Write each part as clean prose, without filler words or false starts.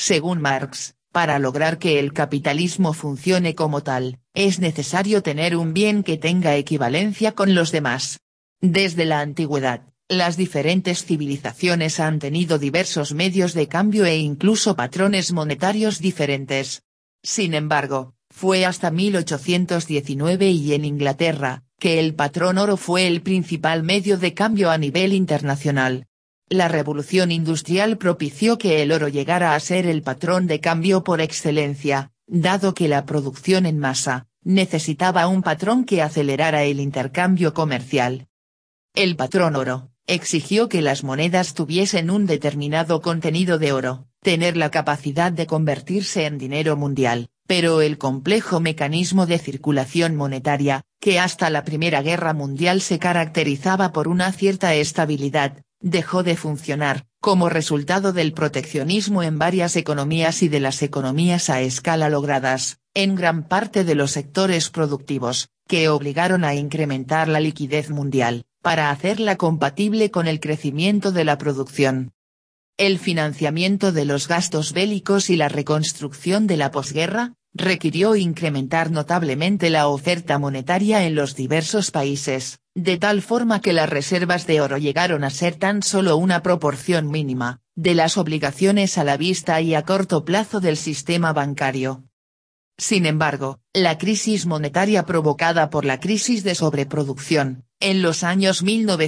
Según Marx, para lograr que el capitalismo funcione como tal, es necesario tener un bien que tenga equivalencia con los demás. Desde la antigüedad, las diferentes civilizaciones han tenido diversos medios de cambio e incluso patrones monetarios diferentes. Sin embargo, fue hasta 1819 y en Inglaterra, que el patrón oro fue el principal medio de cambio a nivel internacional. La revolución industrial propició que el oro llegara a ser el patrón de cambio por excelencia, dado que la producción en masa necesitaba un patrón que acelerara el intercambio comercial. El patrón oro exigió que las monedas tuviesen un determinado contenido de oro, tener la capacidad de convertirse en dinero mundial, pero el complejo mecanismo de circulación monetaria, que hasta la Primera Guerra Mundial se caracterizaba por una cierta estabilidad, dejó de funcionar, como resultado del proteccionismo en varias economías y de las economías a escala logradas, en gran parte de los sectores productivos, que obligaron a incrementar la liquidez mundial, para hacerla compatible con el crecimiento de la producción. El financiamiento de los gastos bélicos y la reconstrucción de la posguerra, requirió incrementar notablemente la oferta monetaria en los diversos países, de tal forma que las reservas de oro llegaron a ser tan solo una proporción mínima, de las obligaciones a la vista y a corto plazo del sistema bancario. Sin embargo, la crisis monetaria provocada por la crisis de sobreproducción, en los años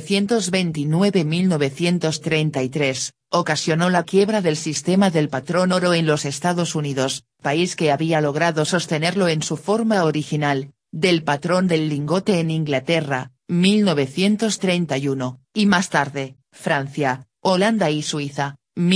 1929-1933, ocasionó la quiebra del sistema del patrón oro en los Estados Unidos, país que había logrado sostenerlo en su forma original, del patrón del lingote en Inglaterra, 1931, y más tarde, Francia, Holanda y Suiza,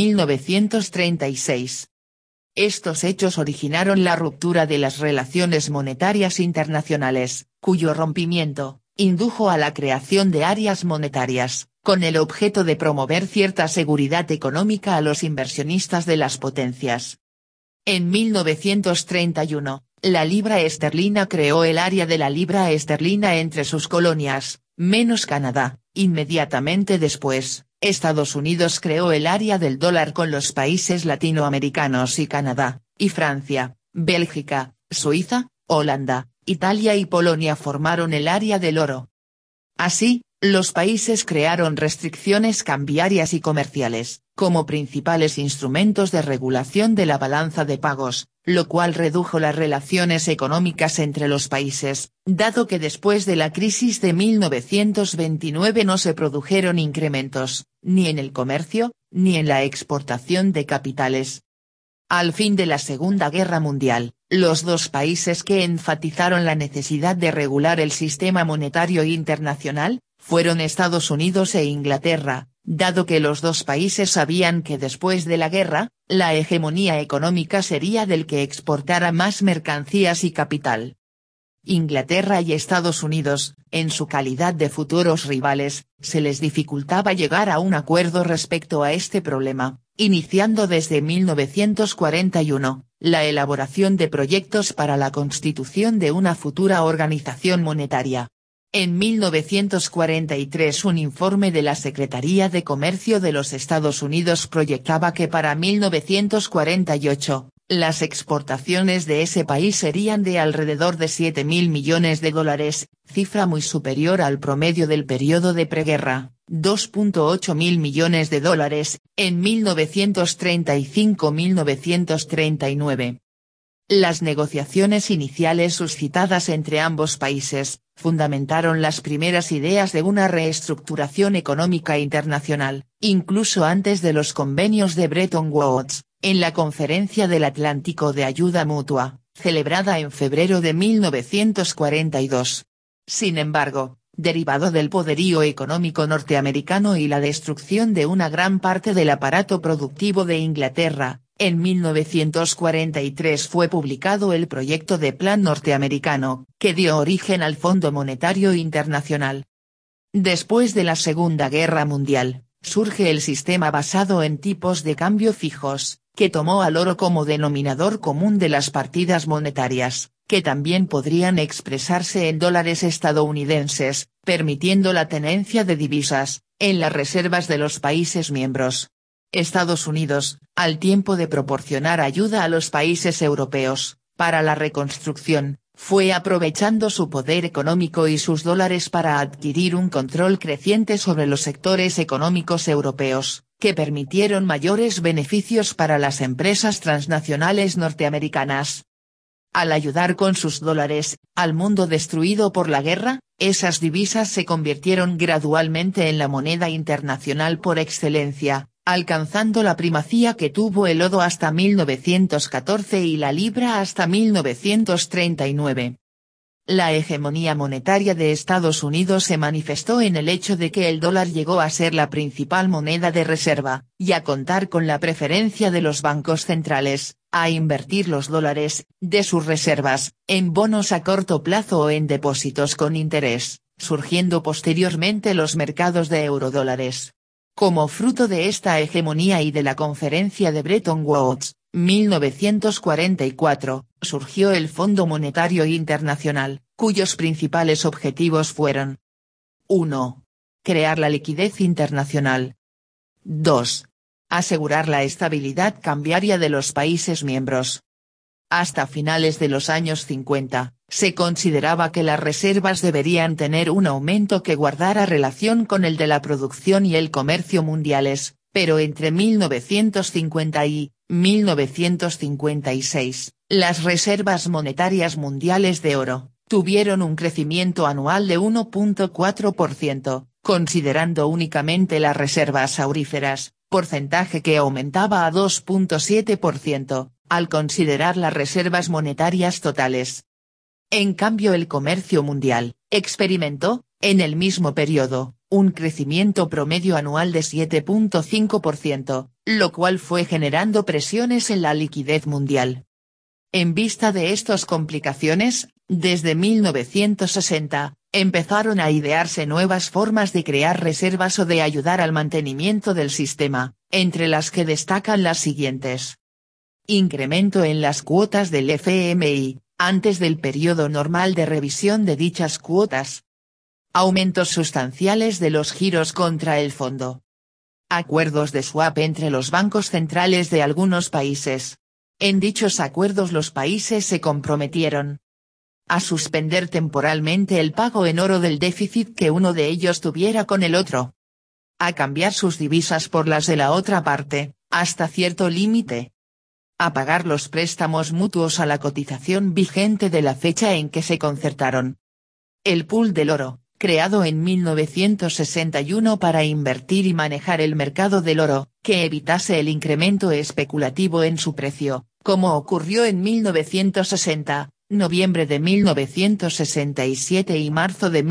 1936. Estos hechos originaron la ruptura de las relaciones monetarias internacionales, cuyo rompimiento indujo a la creación de áreas monetarias, con el objeto de promover cierta seguridad económica a los inversionistas de las potencias. En 1931, la libra esterlina creó el área de la libra esterlina entre sus colonias, menos Canadá. Inmediatamente después, Estados Unidos creó el área del dólar con los países latinoamericanos y Canadá, y Francia, Bélgica, Suiza, Holanda, Italia y Polonia formaron el área del oro. Así, los países crearon restricciones cambiarias y comerciales, como principales instrumentos de regulación de la balanza de pagos, lo cual redujo las relaciones económicas entre los países, dado que después de la crisis de 1929 no se produjeron incrementos, ni en el comercio, ni en la exportación de capitales. Al fin de la Segunda Guerra Mundial, los dos países que enfatizaron la necesidad de regular el sistema monetario internacional, fueron Estados Unidos e Inglaterra, dado que los dos países sabían que después de la guerra, la hegemonía económica sería del que exportara más mercancías y capital. Inglaterra y Estados Unidos, en su calidad de futuros rivales, se les dificultaba llegar a un acuerdo respecto a este problema, iniciando desde 1941, la elaboración de proyectos para la constitución de una futura organización monetaria. En 1943 un informe de la Secretaría de Comercio de los Estados Unidos proyectaba que para 1948, las exportaciones de ese país serían de alrededor de $7.000 millones, cifra muy superior al promedio del periodo de preguerra, $2.8 mil millones, en 1935-1939. Las negociaciones iniciales suscitadas entre ambos países, fundamentaron las primeras ideas de una reestructuración económica internacional, incluso antes de los convenios de Bretton Woods, en la Conferencia del Atlántico de Ayuda Mutua, celebrada en febrero de 1942. Sin embargo, derivado del poderío económico norteamericano y la destrucción de una gran parte del aparato productivo de Inglaterra, en 1943 fue publicado el proyecto de Plan Norteamericano, que dio origen al Fondo Monetario Internacional. Después de la Segunda Guerra Mundial, surge el sistema basado en tipos de cambio fijos, que tomó al oro como denominador común de las partidas monetarias, que también podrían expresarse en dólares estadounidenses, permitiendo la tenencia de divisas, en las reservas de los países miembros. Estados Unidos, al tiempo de proporcionar ayuda a los países europeos, para la reconstrucción, fue aprovechando su poder económico y sus dólares para adquirir un control creciente sobre los sectores económicos europeos, que permitieron mayores beneficios para las empresas transnacionales norteamericanas. Al ayudar con sus dólares, al mundo destruido por la guerra, esas divisas se convirtieron gradualmente en la moneda internacional por excelencia, alcanzando la primacía que tuvo el oro hasta 1914 y la libra hasta 1939. La hegemonía monetaria de Estados Unidos se manifestó en el hecho de que el dólar llegó a ser la principal moneda de reserva, y a contar con la preferencia de los bancos centrales, a invertir los dólares, de sus reservas, en bonos a corto plazo o en depósitos con interés, surgiendo posteriormente los mercados de eurodólares. Como fruto de esta hegemonía y de la Conferencia de Bretton Woods, 1944, surgió el Fondo Monetario Internacional, cuyos principales objetivos fueron: 1. Crear la liquidez internacional. 2. Asegurar la estabilidad cambiaria de los países miembros. Hasta finales de los años 50, se consideraba que las reservas deberían tener un aumento que guardara relación con el de la producción y el comercio mundiales, pero entre 1950 y 1956, las reservas monetarias mundiales de oro, tuvieron un crecimiento anual de 1.4%, considerando únicamente las reservas auríferas, porcentaje que aumentaba a 2.7%, al considerar las reservas monetarias totales. En cambio el comercio mundial, experimentó, en el mismo periodo, un crecimiento promedio anual de 7.5%, lo cual fue generando presiones en la liquidez mundial. En vista de estas complicaciones, desde 1960, empezaron a idearse nuevas formas de crear reservas o de ayudar al mantenimiento del sistema, entre las que destacan las siguientes. Incremento en las cuotas del FMI, antes del periodo normal de revisión de dichas cuotas. Aumentos sustanciales de los giros contra el fondo. Acuerdos de swap entre los bancos centrales de algunos países. En dichos acuerdos los países se comprometieron a suspender temporalmente el pago en oro del déficit que uno de ellos tuviera con el otro. A cambiar sus divisas por las de la otra parte, hasta cierto límite. A pagar los préstamos mutuos a la cotización vigente de la fecha en que se concertaron. El pool del oro, creado en 1961 para invertir y manejar el mercado del oro, que evitase el incremento especulativo en su precio, como ocurrió en 1960, noviembre de 1967 y marzo de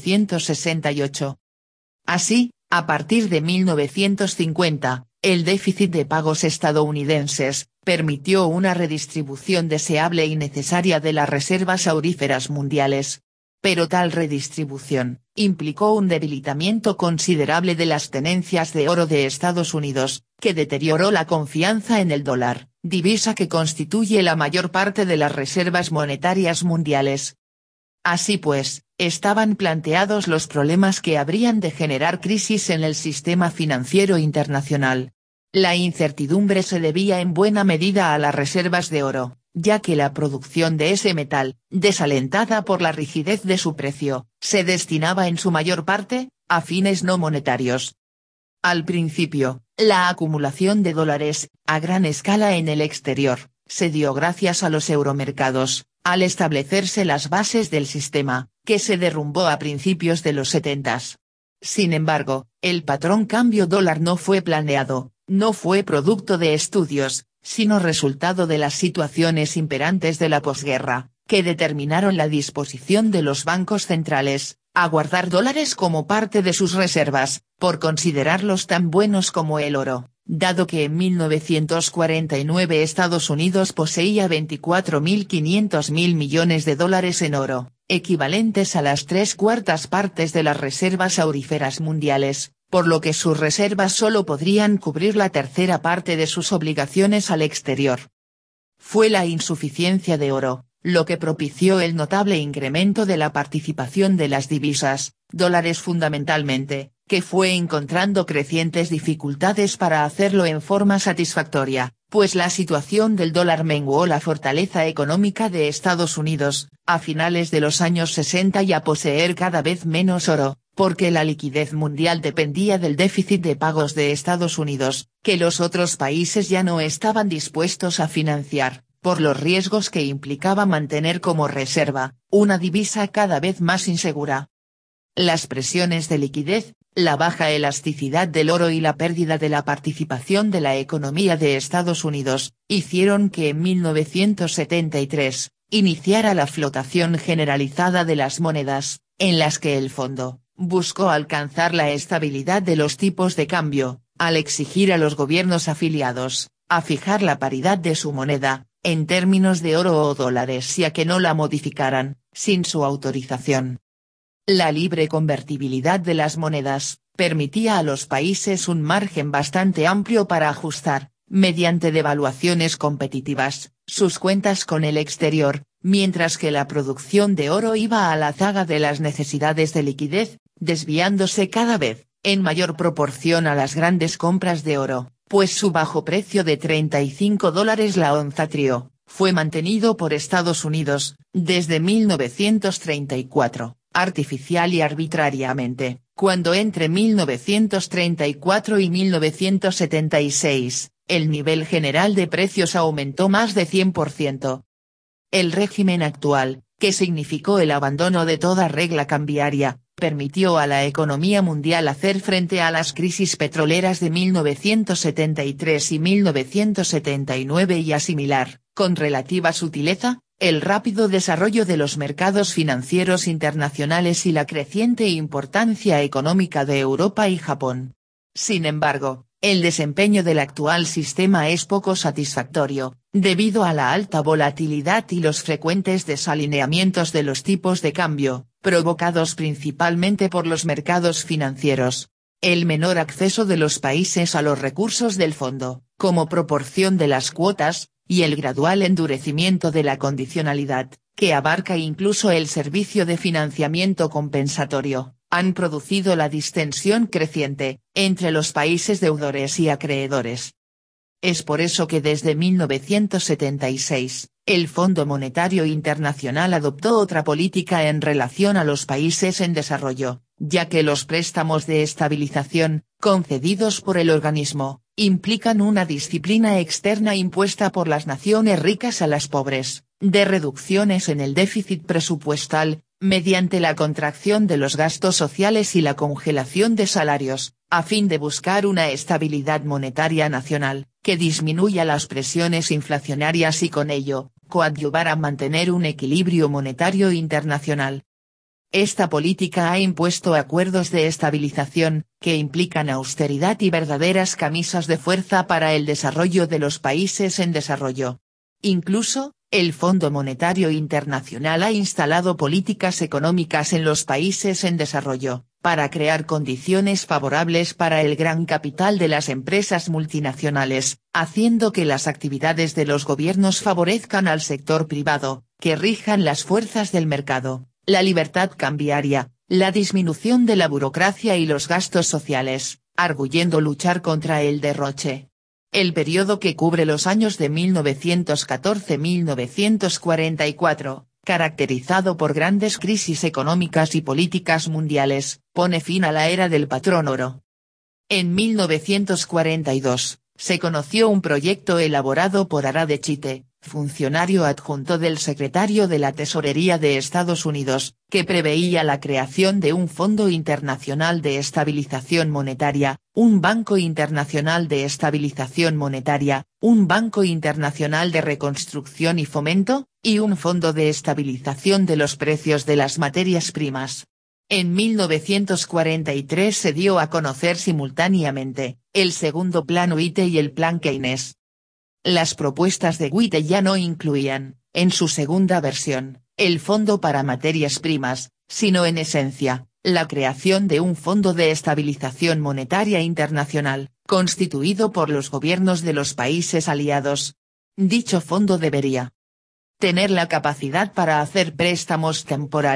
1968. Así, a partir de 1950, el déficit de pagos estadounidenses, permitió una redistribución deseable y necesaria de las reservas auríferas mundiales. Pero tal redistribución, implicó un debilitamiento considerable de las tenencias de oro de Estados Unidos, que deterioró la confianza en el dólar, divisa que constituye la mayor parte de las reservas monetarias mundiales. Así pues, estaban planteados los problemas que habrían de generar crisis en el sistema financiero internacional. La incertidumbre se debía en buena medida a las reservas de oro, ya que la producción de ese metal, desalentada por la rigidez de su precio, se destinaba en su mayor parte, a fines no monetarios. Al principio, la acumulación de dólares, a gran escala en el exterior, se dio gracias a los euromercados, al establecerse las bases del sistema, que se derrumbó a principios de los 70. Sin embargo, el patrón cambio dólar no fue planeado, no fue producto de estudios, sino resultado de las situaciones imperantes de la posguerra, que determinaron la disposición de los bancos centrales, a guardar dólares como parte de sus reservas, por considerarlos tan buenos como el oro, dado que en 1949 Estados Unidos poseía 24.500 millones de dólares en oro, equivalentes a las 3/4 partes de las reservas auríferas mundiales, por lo que sus reservas solo podrían cubrir la tercera parte de sus obligaciones al exterior. Fue la insuficiencia de oro, lo que propició el notable incremento de la participación de las divisas, dólares fundamentalmente, que fue encontrando crecientes dificultades para hacerlo en forma satisfactoria, pues la situación del dólar menguó la fortaleza económica de Estados Unidos, a finales de los años 60 y a poseer cada vez menos oro, porque la liquidez mundial dependía del déficit de pagos de Estados Unidos, que los otros países ya no estaban dispuestos a financiar, por los riesgos que implicaba mantener como reserva, una divisa cada vez más insegura. Las presiones de liquidez, la baja elasticidad del oro y la pérdida de la participación de la economía de Estados Unidos, hicieron que en 1973, iniciara la flotación generalizada de las monedas, en las que el fondo buscó alcanzar la estabilidad de los tipos de cambio, al exigir a los gobiernos afiliados, a fijar la paridad de su moneda, en términos de oro o dólares y a que no la modificaran, sin su autorización. La libre convertibilidad de las monedas, permitía a los países un margen bastante amplio para ajustar, mediante devaluaciones competitivas, sus cuentas con el exterior, mientras que la producción de oro iba a la zaga de las necesidades de liquidez, desviándose cada vez, en mayor proporción a las grandes compras de oro, pues su bajo precio de $35 la onza trio, fue mantenido por Estados Unidos, desde 1934. Artificial y arbitrariamente, cuando entre 1934 y 1976, el nivel general de precios aumentó más de 100%. El régimen actual, que significó el abandono de toda regla cambiaria, permitió a la economía mundial hacer frente a las crisis petroleras de 1973 y 1979 y asimilar, con relativa sutileza, el rápido desarrollo de los mercados financieros internacionales y la creciente importancia económica de Europa y Japón. Sin embargo, el desempeño del actual sistema es poco satisfactorio, debido a la alta volatilidad y los frecuentes desalineamientos de los tipos de cambio, provocados principalmente por los mercados financieros. El menor acceso de los países a los recursos del fondo, como proporción de las cuotas, y el gradual endurecimiento de la condicionalidad, que abarca incluso el servicio de financiamiento compensatorio, han producido la distensión creciente, entre los países deudores y acreedores. Es por eso que desde 1976, el Fondo Monetario Internacional adoptó otra política en relación a los países en desarrollo, ya que los préstamos de estabilización, concedidos por el organismo, implican una disciplina externa impuesta por las naciones ricas a las pobres, de reducciones en el déficit presupuestal, mediante la contracción de los gastos sociales y la congelación de salarios, a fin de buscar una estabilidad monetaria nacional, que disminuya las presiones inflacionarias y con ello, coadyuvar a mantener un equilibrio monetario internacional. Esta política ha impuesto acuerdos de estabilización, que implican austeridad y verdaderas camisas de fuerza para el desarrollo de los países en desarrollo. Incluso, el Fondo Monetario Internacional ha instalado políticas económicas en los países en desarrollo, para crear condiciones favorables para el gran capital de las empresas multinacionales, haciendo que las actividades de los gobiernos favorezcan al sector privado, que rijan las fuerzas del mercado, la libertad cambiaria, la disminución de la burocracia y los gastos sociales, arguyendo luchar contra el derroche. El periodo que cubre los años de 1914-1944, caracterizado por grandes crisis económicas y políticas mundiales, pone fin a la era del patrón oro. En 1942, se conoció un proyecto elaborado por Ara Chite, funcionario adjunto del secretario de la Tesorería de Estados Unidos, que preveía la creación de un Fondo Internacional de Estabilización Monetaria, un Banco Internacional de Estabilización Monetaria, un Banco Internacional de Reconstrucción y Fomento, y un Fondo de Estabilización de los Precios de las Materias Primas. En 1943 se dio a conocer simultáneamente, el segundo Plan Witte y el Plan Keynes. Las propuestas de Witte ya no incluían, en su segunda versión, el Fondo para Materias Primas, sino en esencia, la creación de un Fondo de Estabilización Monetaria Internacional, constituido por los gobiernos de los países aliados. Dicho fondo debería tener la capacidad para hacer préstamos temporales,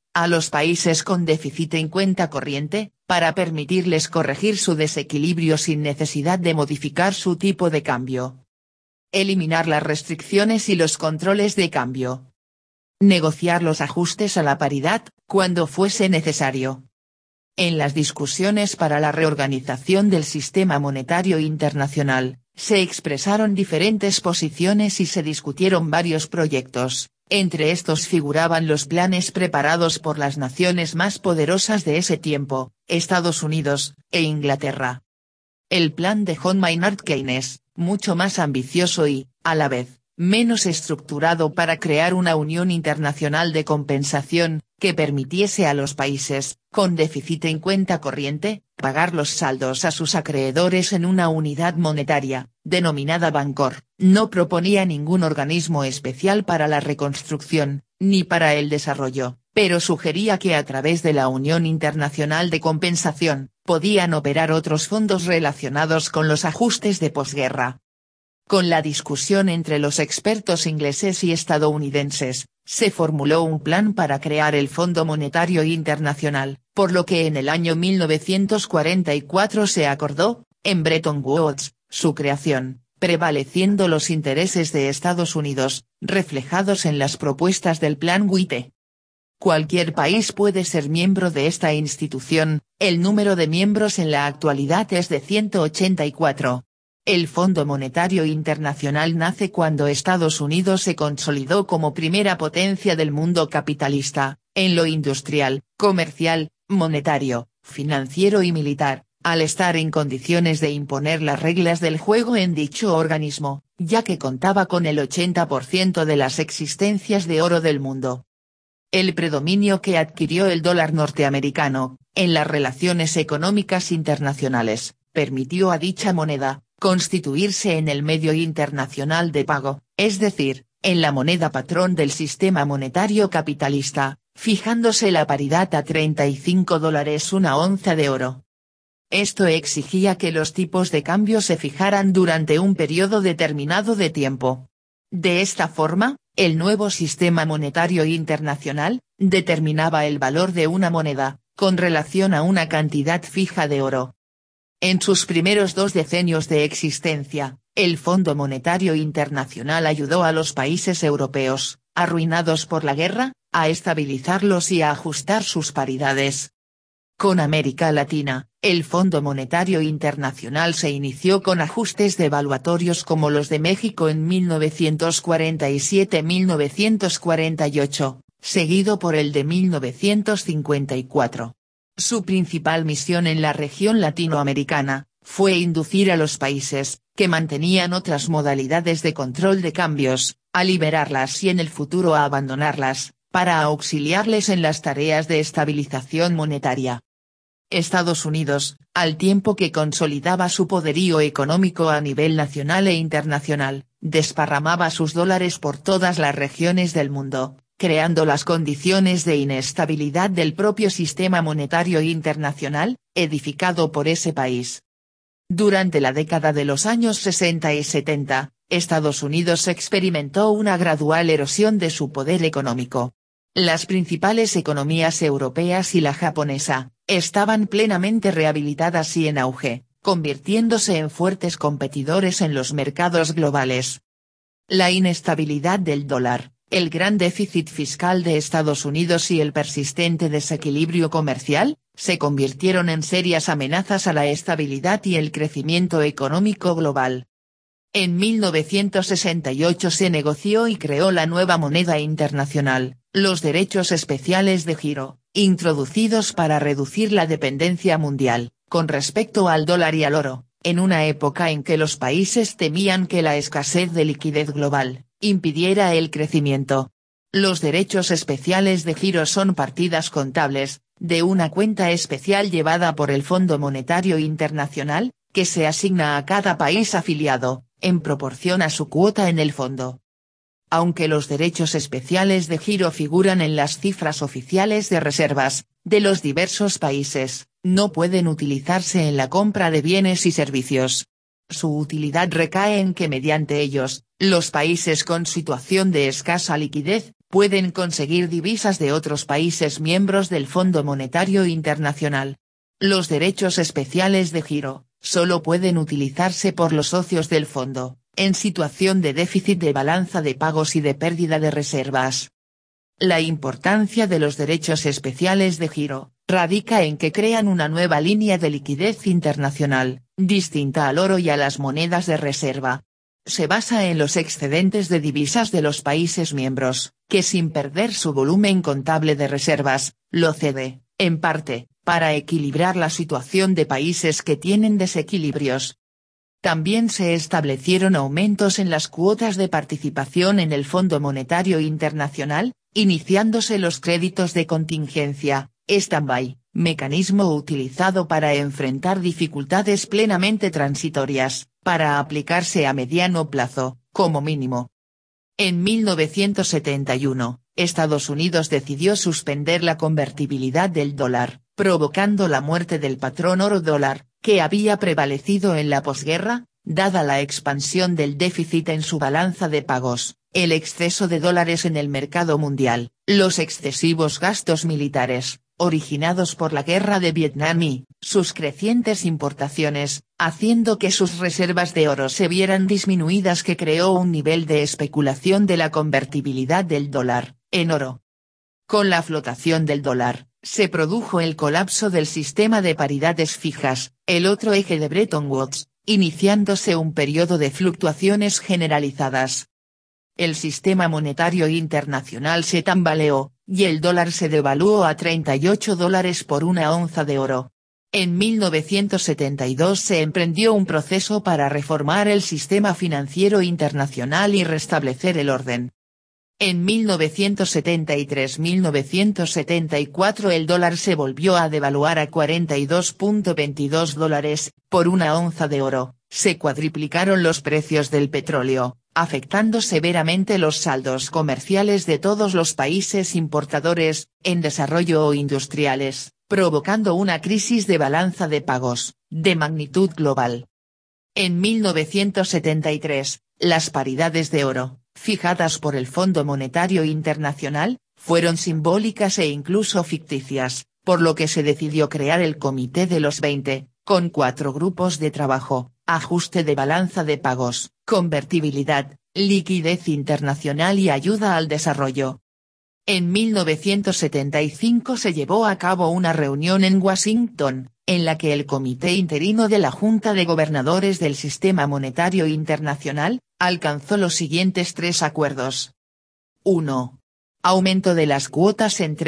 a los países con déficit en cuenta corriente, para permitirles corregir su desequilibrio sin necesidad de modificar su tipo de cambio. Eliminar las restricciones y los controles de cambio. Negociar los ajustes a la paridad, cuando fuese necesario. En las discusiones para la reorganización del sistema monetario internacional, se expresaron diferentes posiciones y se discutieron varios proyectos, entre estos figuraban los planes preparados por las naciones más poderosas de ese tiempo, Estados Unidos, e Inglaterra. El plan de John Maynard Keynes, mucho más ambicioso y, a la vez, menos estructurado para crear una unión internacional de compensación, que permitiese a los países, con déficit en cuenta corriente, pagar los saldos a sus acreedores en una unidad monetaria, denominada Bancor, no proponía ningún organismo especial para la reconstrucción, ni para el desarrollo, pero sugería que a través de la Unión Internacional de Compensación, podían operar otros fondos relacionados con los ajustes de posguerra. Con la discusión entre los expertos ingleses y estadounidenses, se formuló un plan para crear el Fondo Monetario Internacional, por lo que en el año 1944 se acordó, en Bretton Woods, su creación, prevaleciendo los intereses de Estados Unidos, reflejados en las propuestas del Plan Witte. Cualquier país puede ser miembro de esta institución, el número de miembros en la actualidad es de 184. El Fondo Monetario Internacional nace cuando Estados Unidos se consolidó como primera potencia del mundo capitalista, en lo industrial, comercial, monetario, financiero y militar, al estar en condiciones de imponer las reglas del juego en dicho organismo, ya que contaba con el 80% de las existencias de oro del mundo. El predominio que adquirió el dólar norteamericano, en las relaciones económicas internacionales, permitió a dicha moneda, constituirse en el medio internacional de pago, es decir, en la moneda patrón del sistema monetario capitalista, fijándose la paridad a $35 una onza de oro. Esto exigía que los tipos de cambio se fijaran durante un periodo determinado de tiempo. De esta forma, el nuevo sistema monetario internacional, determinaba el valor de una moneda, con relación a una cantidad fija de oro. En sus primeros 2 decenios de existencia, el Fondo Monetario Internacional ayudó a los países europeos, arruinados por la guerra, a estabilizarlos y a ajustar sus paridades. Con América Latina, el Fondo Monetario Internacional se inició con ajustes devaluatorios como los de México en 1947-1948, seguido por el de 1954. Su principal misión en la región latinoamericana, fue inducir a los países, que mantenían otras modalidades de control de cambios, a liberarlas y en el futuro a abandonarlas, para auxiliarles en las tareas de estabilización monetaria. Estados Unidos, al tiempo que consolidaba su poderío económico a nivel nacional e internacional, desparramaba sus dólares por todas las regiones del mundo, creando las condiciones de inestabilidad del propio sistema monetario internacional, edificado por ese país. Durante la década de los años 60 y 70, Estados Unidos experimentó una gradual erosión de su poder económico. Las principales economías europeas y la japonesa, estaban plenamente rehabilitadas y en auge, convirtiéndose en fuertes competidores en los mercados globales. La inestabilidad del dólar, el gran déficit fiscal de Estados Unidos y el persistente desequilibrio comercial, se convirtieron en serias amenazas a la estabilidad y el crecimiento económico global. En 1968 se negoció y creó la nueva moneda internacional, los derechos especiales de giro, introducidos para reducir la dependencia mundial, con respecto al dólar y al oro, en una época en que los países temían que la escasez de liquidez global, impidiera el crecimiento. Los derechos especiales de giro son partidas contables, de una cuenta especial llevada por el Fondo Monetario Internacional, que se asigna a cada país afiliado, en proporción a su cuota en el fondo. Aunque los derechos especiales de giro figuran en las cifras oficiales de reservas, de los diversos países, no pueden utilizarse en la compra de bienes y servicios. Su utilidad recae en que mediante ellos, los países con situación de escasa liquidez, pueden conseguir divisas de otros países miembros del Fondo Monetario Internacional. Los derechos especiales de giro solo pueden utilizarse por los socios del fondo, en situación de déficit de balanza de pagos y de pérdida de reservas. La importancia de los derechos especiales de giro radica en que crean una nueva línea de liquidez internacional, distinta al oro y a las monedas de reserva. Se basa en los excedentes de divisas de los países miembros, que sin perder su volumen contable de reservas, lo cede, en parte, para equilibrar la situación de países que tienen desequilibrios. También se establecieron aumentos en las cuotas de participación en el Fondo Monetario Internacional, iniciándose los créditos de contingencia, stand-by, mecanismo utilizado para enfrentar dificultades plenamente transitorias, para aplicarse a mediano plazo, como mínimo. En 1971, Estados Unidos decidió suspender la convertibilidad del dólar, provocando la muerte del patrón oro-dólar, que había prevalecido en la posguerra, dada la expansión del déficit en su balanza de pagos, el exceso de dólares en el mercado mundial, los excesivos gastos militares, originados por la guerra de Vietnam y sus crecientes importaciones, haciendo que sus reservas de oro se vieran disminuidas, que creó un nivel de especulación de la convertibilidad del dólar en oro. Con la flotación del dólar, se produjo el colapso del sistema de paridades fijas, el otro eje de Bretton Woods, iniciándose un periodo de fluctuaciones generalizadas. El sistema monetario internacional se tambaleó, y el dólar se devaluó a $38 por una onza de oro. En 1972 se emprendió un proceso para reformar el sistema financiero internacional y restablecer el orden. En 1973-1974 el dólar se volvió a devaluar a $42.22 por una onza de oro, se cuadriplicaron los precios del petróleo, afectando severamente los saldos comerciales de todos los países importadores, en desarrollo o industriales, provocando una crisis de balanza de pagos, de magnitud global. En 1973, las paridades de oro, fijadas por el Fondo Monetario Internacional, fueron simbólicas e incluso ficticias, por lo que se decidió crear el Comité de los 20, con 4 grupos de trabajo: ajuste de balanza de pagos, convertibilidad, liquidez internacional y ayuda al desarrollo. En 1975 se llevó a cabo una reunión en Washington, en la que el Comité Interino de la Junta de Gobernadores del Sistema Monetario Internacional, alcanzó los siguientes 3 acuerdos. 1. Aumento de las cuotas en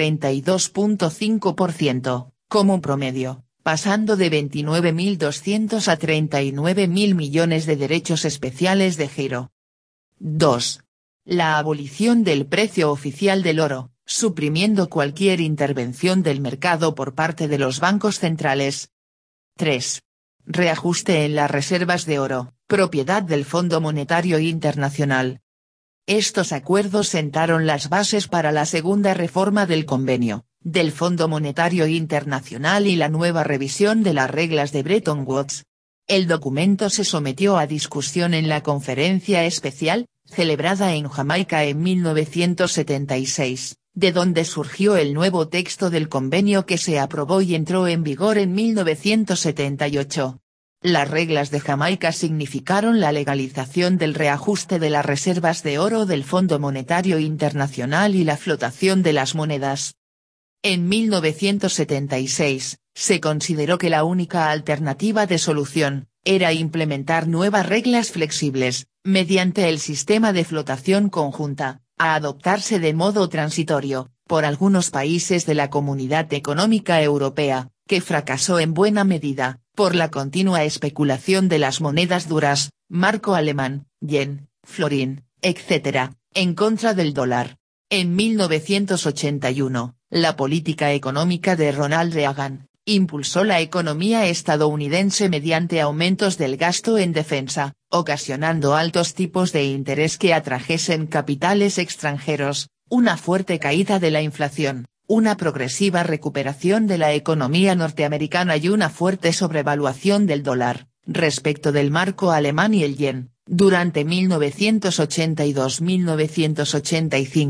32.5%, como promedio, pasando de 29.200 a 39.000 millones de derechos especiales de giro. 2. La abolición del precio oficial del oro, suprimiendo cualquier intervención del mercado por parte de los bancos centrales. 3. Reajuste en las reservas de oro, propiedad del Fondo Monetario Internacional. Estos acuerdos sentaron las bases para la segunda reforma del convenio, del Fondo Monetario Internacional y la nueva revisión de las reglas de Bretton Woods. El documento se sometió a discusión en la Conferencia Especial, celebrada en Jamaica en 1976, de donde surgió el nuevo texto del convenio que se aprobó y entró en vigor en 1978. Las reglas de Jamaica significaron la legalización del reajuste de las reservas de oro del Fondo Monetario Internacional y la flotación de las monedas. En 1976, se consideró que la única alternativa de solución era implementar nuevas reglas flexibles, mediante el sistema de flotación conjunta, a adoptarse de modo transitorio, por algunos países de la Comunidad Económica Europea, que fracasó en buena medida, por la continua especulación de las monedas duras, marco alemán, yen, florín, etc., en contra del dólar. En 1981, la política económica de Ronald Reagan impulsó la economía estadounidense mediante aumentos del gasto en defensa, ocasionando altos tipos de interés que atrajesen capitales extranjeros, una fuerte caída de la inflación, una progresiva recuperación de la economía norteamericana y una fuerte sobrevaluación del dólar, respecto del marco alemán y el yen. Durante 1982-1985,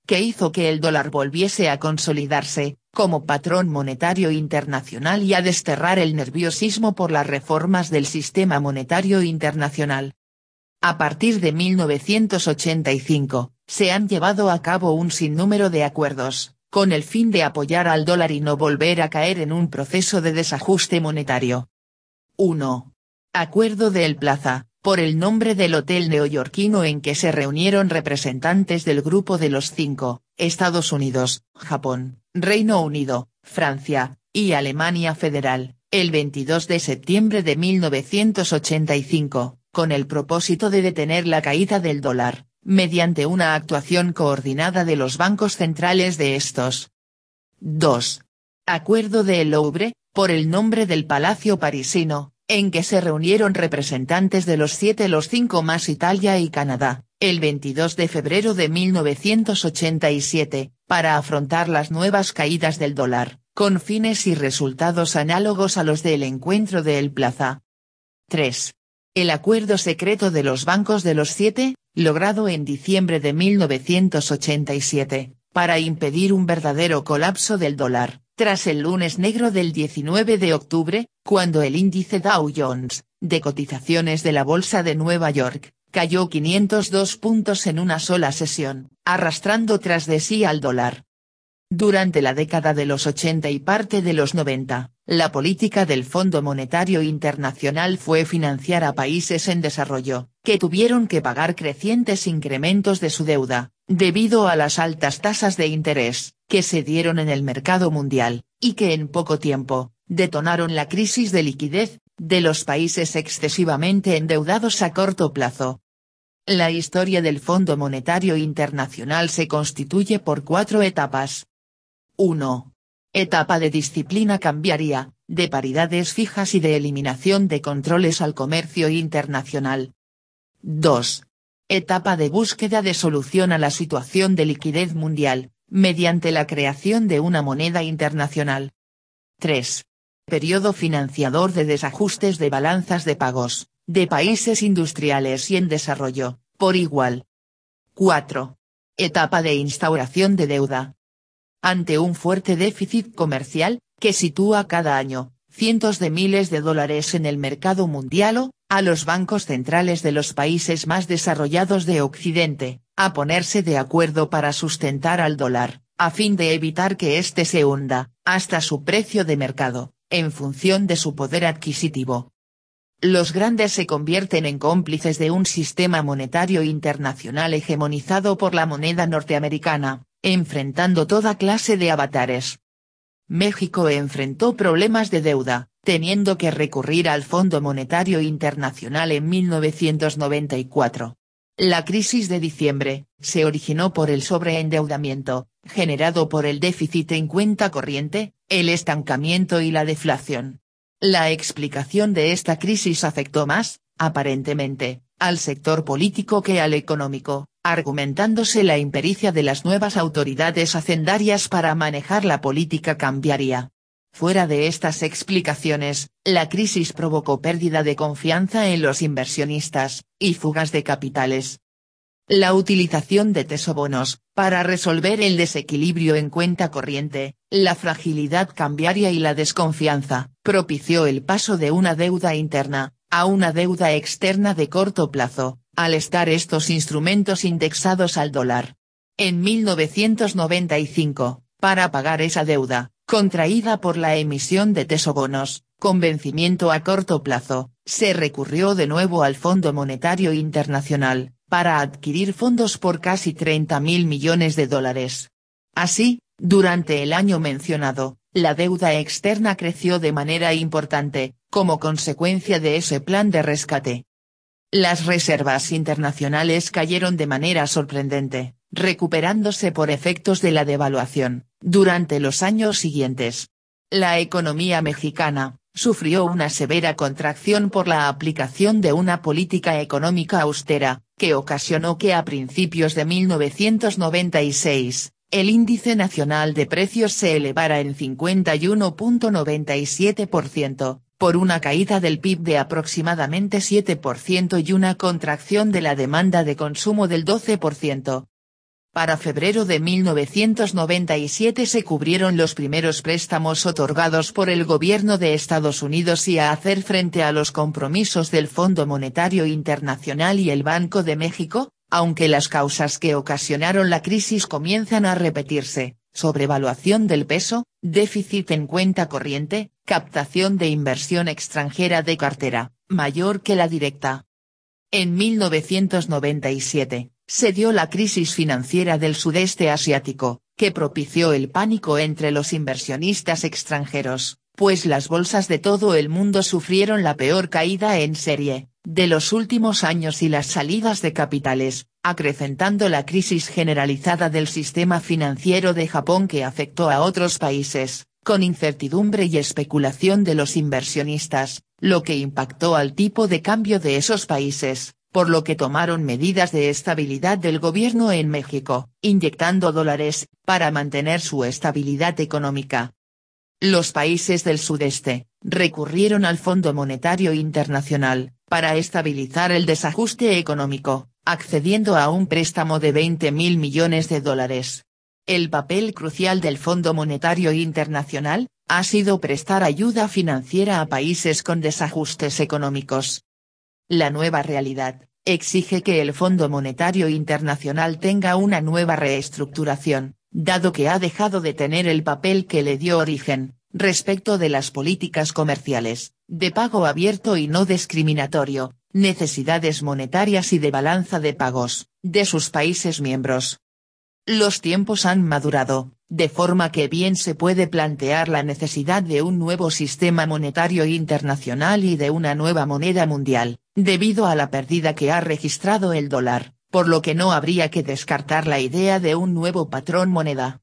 que hizo que el dólar volviese a consolidarse como patrón monetario internacional y a desterrar el nerviosismo por las reformas del sistema monetario internacional. A partir de 1985, se han llevado a cabo un sinnúmero de acuerdos, con el fin de apoyar al dólar y no volver a caer en un proceso de desajuste monetario. 1. Acuerdo de El Plaza, por el nombre del hotel neoyorquino en que se reunieron representantes del Grupo de los Cinco, Estados Unidos, Japón, Reino Unido, Francia, y Alemania Federal, el 22 de septiembre de 1985, con el propósito de detener la caída del dólar, mediante una actuación coordinada de los bancos centrales de estos. 2. Acuerdo de El Louvre, por el nombre del Palacio Parisino, en que se reunieron representantes de los cinco más Italia y Canadá, el 22 de febrero de 1987, para afrontar las nuevas caídas del dólar, con fines y resultados análogos a los del encuentro de El Plaza. 3. El acuerdo secreto de los bancos de los Siete, logrado en diciembre de 1987, para impedir un verdadero colapso del dólar, tras el lunes negro del 19 de octubre, cuando el índice Dow Jones, de cotizaciones de la Bolsa de Nueva York, cayó 502 puntos en una sola sesión, arrastrando tras de sí al dólar. Durante la década de los 80 y parte de los 90, la política del Fondo Monetario Internacional fue financiar a países en desarrollo, que tuvieron que pagar crecientes incrementos de su deuda, debido a las altas tasas de interés, que se dieron en el mercado mundial, y que en poco tiempo, detonaron la crisis de liquidez, de los países excesivamente endeudados a corto plazo. La historia del Fondo Monetario Internacional se constituye por 4 etapas. 1. Etapa de disciplina cambiaria, de paridades fijas y de eliminación de controles al comercio internacional. 2. Etapa de búsqueda de solución a la situación de liquidez mundial, mediante la creación de una moneda internacional. 3. Periodo financiador de desajustes de balanzas de pagos, de países industriales y en desarrollo, por igual. 4. Etapa de instauración de deuda. Ante un fuerte déficit comercial, que sitúa cada año cientos de miles de dólares en el mercado mundial, a los bancos centrales de los países más desarrollados de Occidente, a ponerse de acuerdo para sustentar al dólar, a fin de evitar que éste se hunda, hasta su precio de mercado, en función de su poder adquisitivo. Los grandes se convierten en cómplices de un sistema monetario internacional hegemonizado por la moneda norteamericana, enfrentando toda clase de avatares. México enfrentó problemas de deuda, teniendo que recurrir al Fondo Monetario Internacional en 1994. La crisis de diciembre, se originó por el sobreendeudamiento, generado por el déficit en cuenta corriente, el estancamiento y la deflación. La explicación de esta crisis afectó más, aparentemente, al sector político que al económico, argumentándose la impericia de las nuevas autoridades hacendarias para manejar la política cambiaria. Fuera de estas explicaciones, la crisis provocó pérdida de confianza en los inversionistas, y fugas de capitales. La utilización de tesobonos, para resolver el desequilibrio en cuenta corriente, la fragilidad cambiaria y la desconfianza, propició el paso de una deuda interna, a una deuda externa de corto plazo, al estar estos instrumentos indexados al dólar. En 1995, para pagar esa deuda, contraída por la emisión de tesobonos, con vencimiento a corto plazo, se recurrió de nuevo al Fondo Monetario Internacional, para adquirir fondos por casi 30.000 millones de dólares. Así, durante el año mencionado, la deuda externa creció de manera importante, como consecuencia de ese plan de rescate. Las reservas internacionales cayeron de manera sorprendente, recuperándose por efectos de la devaluación, durante los años siguientes. La economía mexicana sufrió una severa contracción por la aplicación de una política económica austera, que ocasionó que a principios de 1996, el índice nacional de precios se elevara en 51.97%, por una caída del PIB de aproximadamente 7% y una contracción de la demanda de consumo del 12%. Para febrero de 1997 se cubrieron los primeros préstamos otorgados por el gobierno de Estados Unidos y a hacer frente a los compromisos del Fondo Monetario Internacional y el Banco de México, aunque las causas que ocasionaron la crisis comienzan a repetirse: sobrevaluación del peso, déficit en cuenta corriente, captación de inversión extranjera de cartera, mayor que la directa. En 1997, se dio la crisis financiera del sudeste asiático, que propició el pánico entre los inversionistas extranjeros, pues las bolsas de todo el mundo sufrieron la peor caída en serie de los últimos años y las salidas de capitales, acrecentando la crisis generalizada del sistema financiero de Japón que afectó a otros países, con incertidumbre y especulación de los inversionistas, lo que impactó al tipo de cambio de esos países, por lo que tomaron medidas de estabilidad del gobierno en México, inyectando dólares, para mantener su estabilidad económica. Los países del sudeste recurrieron al Fondo Monetario Internacional para estabilizar el desajuste económico, accediendo a un préstamo de $20.000 millones. El papel crucial del Fondo Monetario Internacional ha sido prestar ayuda financiera a países con desajustes económicos. La nueva realidad exige que el Fondo Monetario Internacional tenga una nueva reestructuración, dado que ha dejado de tener el papel que le dio origen, respecto de las políticas comerciales, de pago abierto y no discriminatorio, necesidades monetarias y de balanza de pagos, de sus países miembros. Los tiempos han madurado, de forma que bien se puede plantear la necesidad de un nuevo sistema monetario internacional y de una nueva moneda mundial, debido a la pérdida que ha registrado el dólar, por lo que no habría que descartar la idea de un nuevo patrón moneda.